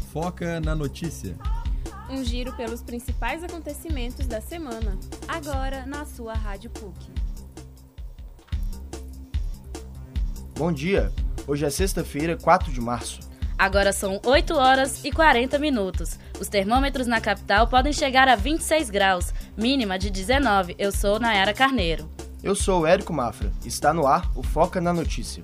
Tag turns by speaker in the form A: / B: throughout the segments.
A: Foca na Notícia.
B: Um giro pelos principais acontecimentos da semana.
C: Agora na sua Rádio PUC.
D: Bom dia, hoje é sexta-feira, 4 de março.
C: Agora são 8 horas e 40 minutos. Os termômetros na capital podem chegar a 26 graus, mínima de 19. Eu sou Nayara Carneiro.
D: Eu sou o Érico Mafra. Está no ar o Foca na Notícia.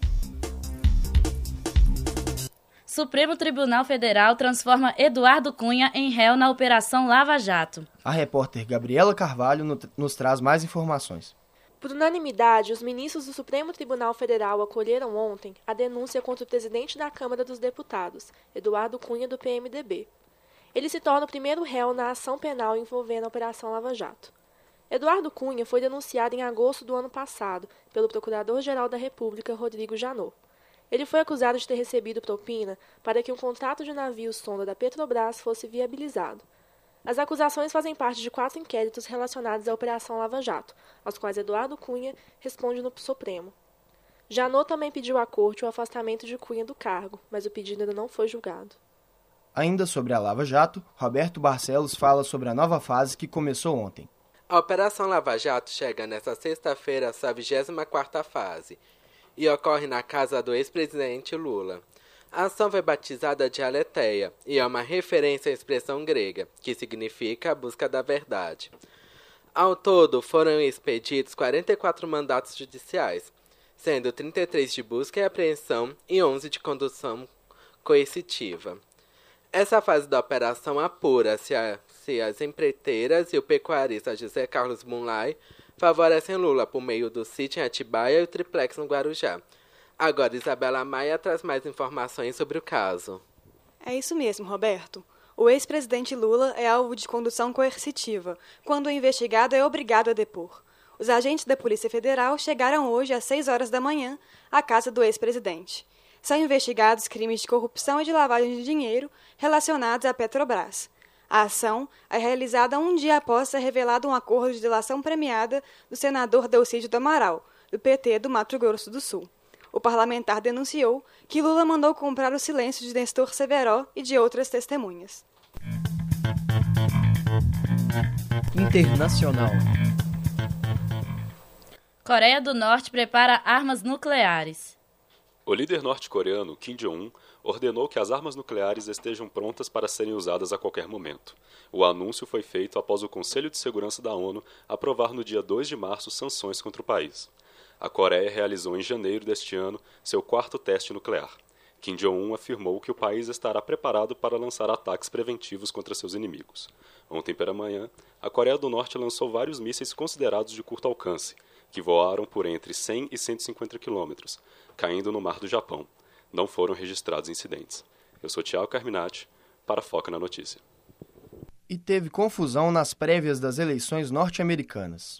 C: Supremo Tribunal Federal transforma Eduardo Cunha em réu na Operação Lava Jato.
D: A repórter Gabriela Carvalho nos traz mais informações.
E: Por unanimidade, os ministros do Supremo Tribunal Federal acolheram ontem a denúncia contra o presidente da Câmara dos Deputados, Eduardo Cunha, do PMDB. Ele se torna o primeiro réu na ação penal envolvendo a Operação Lava Jato. Eduardo Cunha foi denunciado em agosto do ano passado pelo Procurador-Geral da República, Rodrigo Janot. Ele foi acusado de ter recebido propina para que um contrato de navio sonda da Petrobras fosse viabilizado. As acusações fazem parte de 4 inquéritos relacionados à Operação Lava Jato, aos quais Eduardo Cunha responde no Supremo. Janot também pediu à Corte o afastamento de Cunha do cargo, mas o pedido ainda não foi julgado.
D: Ainda sobre a Lava Jato, Roberto Barcelos fala sobre a nova fase que começou ontem.
F: A Operação Lava Jato chega nesta sexta-feira à sua 24ª fase e ocorre na casa do ex-presidente Lula. A ação foi batizada de Aletheia e é uma referência à expressão grega, que significa a busca da verdade. Ao todo, foram expedidos 44 mandatos judiciais, sendo 33 de busca e apreensão e 11 de condução coercitiva. Essa fase da operação apura se as empreiteiras e o pecuarista José Carlos Bunlai favorecem Lula por meio do sítio em Atibaia e o triplex no Guarujá. Agora, Isabela Maia traz mais informações sobre o caso.
G: É isso mesmo, Roberto. O ex-presidente Lula é alvo de condução coercitiva, quando o investigado é obrigado a depor. Os agentes da Polícia Federal chegaram hoje às 6 horas da manhã à casa do ex-presidente. São investigados crimes de corrupção e de lavagem de dinheiro relacionados à Petrobras. A ação é realizada um dia após ser revelado um acordo de delação premiada do senador Delcídio do Amaral, do PT do Mato Grosso do Sul. O parlamentar denunciou que Lula mandou comprar o silêncio de Nestor Severo e de outras testemunhas.
A: Internacional.
C: Coreia do Norte prepara armas nucleares.
H: O líder norte-coreano Kim Jong-un ordenou que as armas nucleares estejam prontas para serem usadas a qualquer momento. O anúncio foi feito após o Conselho de Segurança da ONU aprovar no dia 2 de março sanções contra o país. A Coreia realizou em janeiro deste ano seu 4º teste nuclear. Kim Jong-un afirmou que o país estará preparado para lançar ataques preventivos contra seus inimigos. Ontem pela manhã, a Coreia do Norte lançou vários mísseis considerados de curto alcance, que voaram por entre 100 e 150 quilômetros, caindo no mar do Japão. Não foram registrados incidentes. Eu sou Thiago Carminati, para Foca na Notícia.
D: E teve confusão nas prévias das eleições norte-americanas.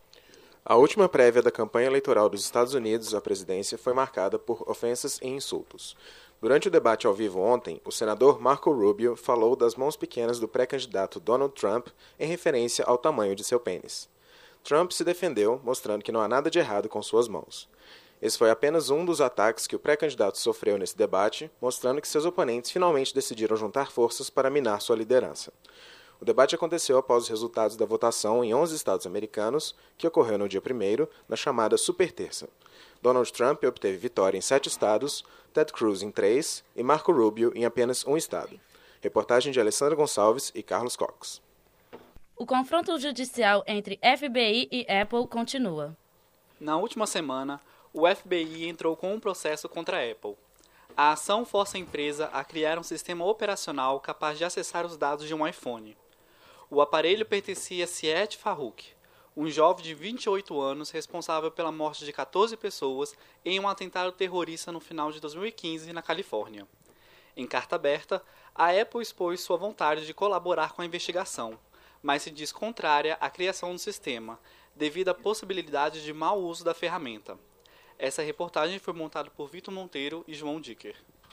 I: A última prévia da campanha eleitoral dos Estados Unidos à presidência foi marcada por ofensas e insultos. Durante o debate ao vivo ontem, o senador Marco Rubio falou das mãos pequenas do pré-candidato Donald Trump em referência ao tamanho de seu pênis. Trump se defendeu, mostrando que não há nada de errado com suas mãos. Esse foi apenas um dos ataques que o pré-candidato sofreu nesse debate, mostrando que seus oponentes finalmente decidiram juntar forças para minar sua liderança. O debate aconteceu após os resultados da votação em 11 estados americanos, que ocorreu no dia 1º, na chamada Super Terça. Donald Trump obteve vitória em 7 estados, Ted Cruz em 3 e Marco Rubio em apenas um estado. Reportagem de Alessandra Gonçalves e Carlos Cox.
C: O confronto judicial entre FBI e Apple continua.
J: Na última semana, o FBI entrou com um processo contra a Apple. A ação força a empresa a criar um sistema operacional capaz de acessar os dados de um iPhone. O aparelho pertencia a Syed Farook, um jovem de 28 anos responsável pela morte de 14 pessoas em um atentado terrorista no final de 2015 na Califórnia. Em carta aberta, a Apple expôs sua vontade de colaborar com a investigação, mas se diz contrária à criação do sistema, devido à possibilidade de mau uso da ferramenta. Essa reportagem foi montada por Vitor Monteiro e João Dicker.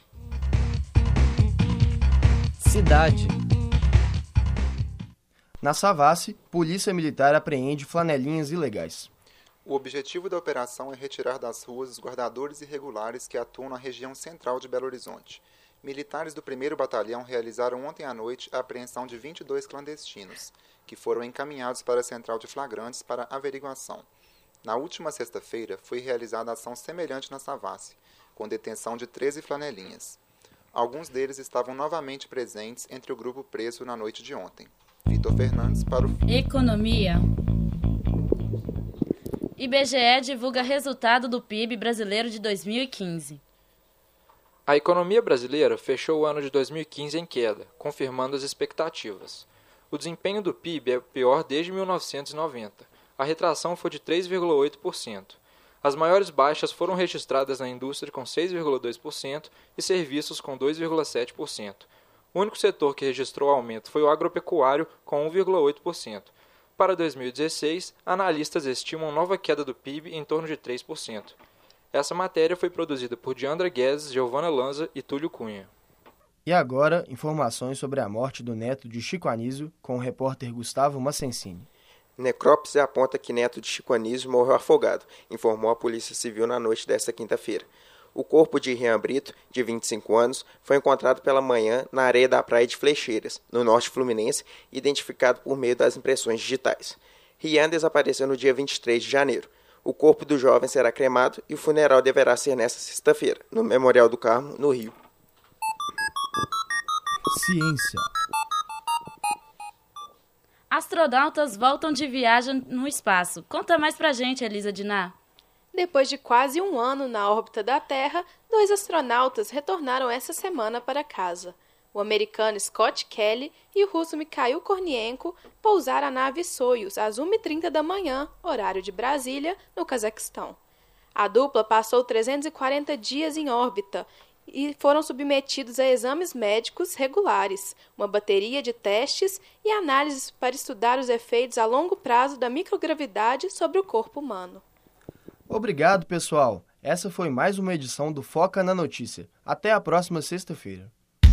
A: Cidade.
D: Na Savassi, polícia militar apreende flanelinhas ilegais.
K: O objetivo da operação é retirar das ruas os guardadores irregulares que atuam na região central de Belo Horizonte. Militares do 1º Batalhão realizaram ontem à noite a apreensão de 22 clandestinos, que foram encaminhados para a Central de Flagrantes para averiguação. Na última sexta-feira, foi realizada ação semelhante na Savassi, com detenção de 13 flanelinhas. Alguns deles estavam novamente presentes entre o grupo preso na noite de ontem. Vitor Fernandes para o...
C: Economia. IBGE divulga resultado do PIB brasileiro de 2015.
L: A economia brasileira fechou o ano de 2015 em queda, confirmando as expectativas. O desempenho do PIB é o pior desde 1990. A retração foi de 3,8%. As maiores baixas foram registradas na indústria com 6,2% e serviços com 2,7%. O único setor que registrou aumento foi o agropecuário com 1,8%. Para 2016, analistas estimam nova queda do PIB em torno de 3%. Essa matéria foi produzida por Diandra Guedes, Giovana Lanza e Túlio Cunha.
D: E agora, informações sobre a morte do neto de Chico Anísio, com o repórter Gustavo Macencini.
I: Necrópsia aponta que neto de Chico Anísio morreu afogado, informou a Polícia Civil na noite desta quinta-feira. O corpo de Rian Brito, de 25 anos, foi encontrado pela manhã na areia da praia de Flecheiras, no norte fluminense, identificado por meio das impressões digitais. Rian desapareceu no dia 23 de janeiro. O corpo do jovem será cremado e o funeral deverá ser nesta sexta-feira, no Memorial do Carmo, no Rio.
A: Ciência.
C: Astronautas voltam de viagem no espaço. Conta mais pra gente, Elisa Diná.
E: Depois de quase um ano na órbita da Terra, 2 astronautas retornaram essa semana para casa. O americano Scott Kelly e o russo Mikhail Kornienko pousaram a nave Soyuz às 1h30 da manhã, horário de Brasília, no Cazaquistão. A dupla passou 340 dias em órbita e foram submetidos a exames médicos regulares, uma bateria de testes e análises para estudar os efeitos a longo prazo da microgravidade sobre o corpo humano.
D: Obrigado, pessoal. Essa foi mais uma edição do Foca na Notícia. Até a próxima sexta-feira.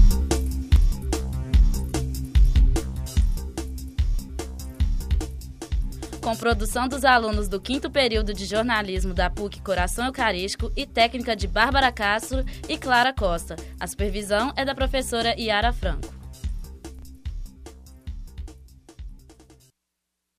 C: Com produção dos alunos do 5º período de jornalismo da PUC Coração Eucarístico e técnica de Bárbara Castro e Clara Costa. A supervisão é da professora Yara Franco.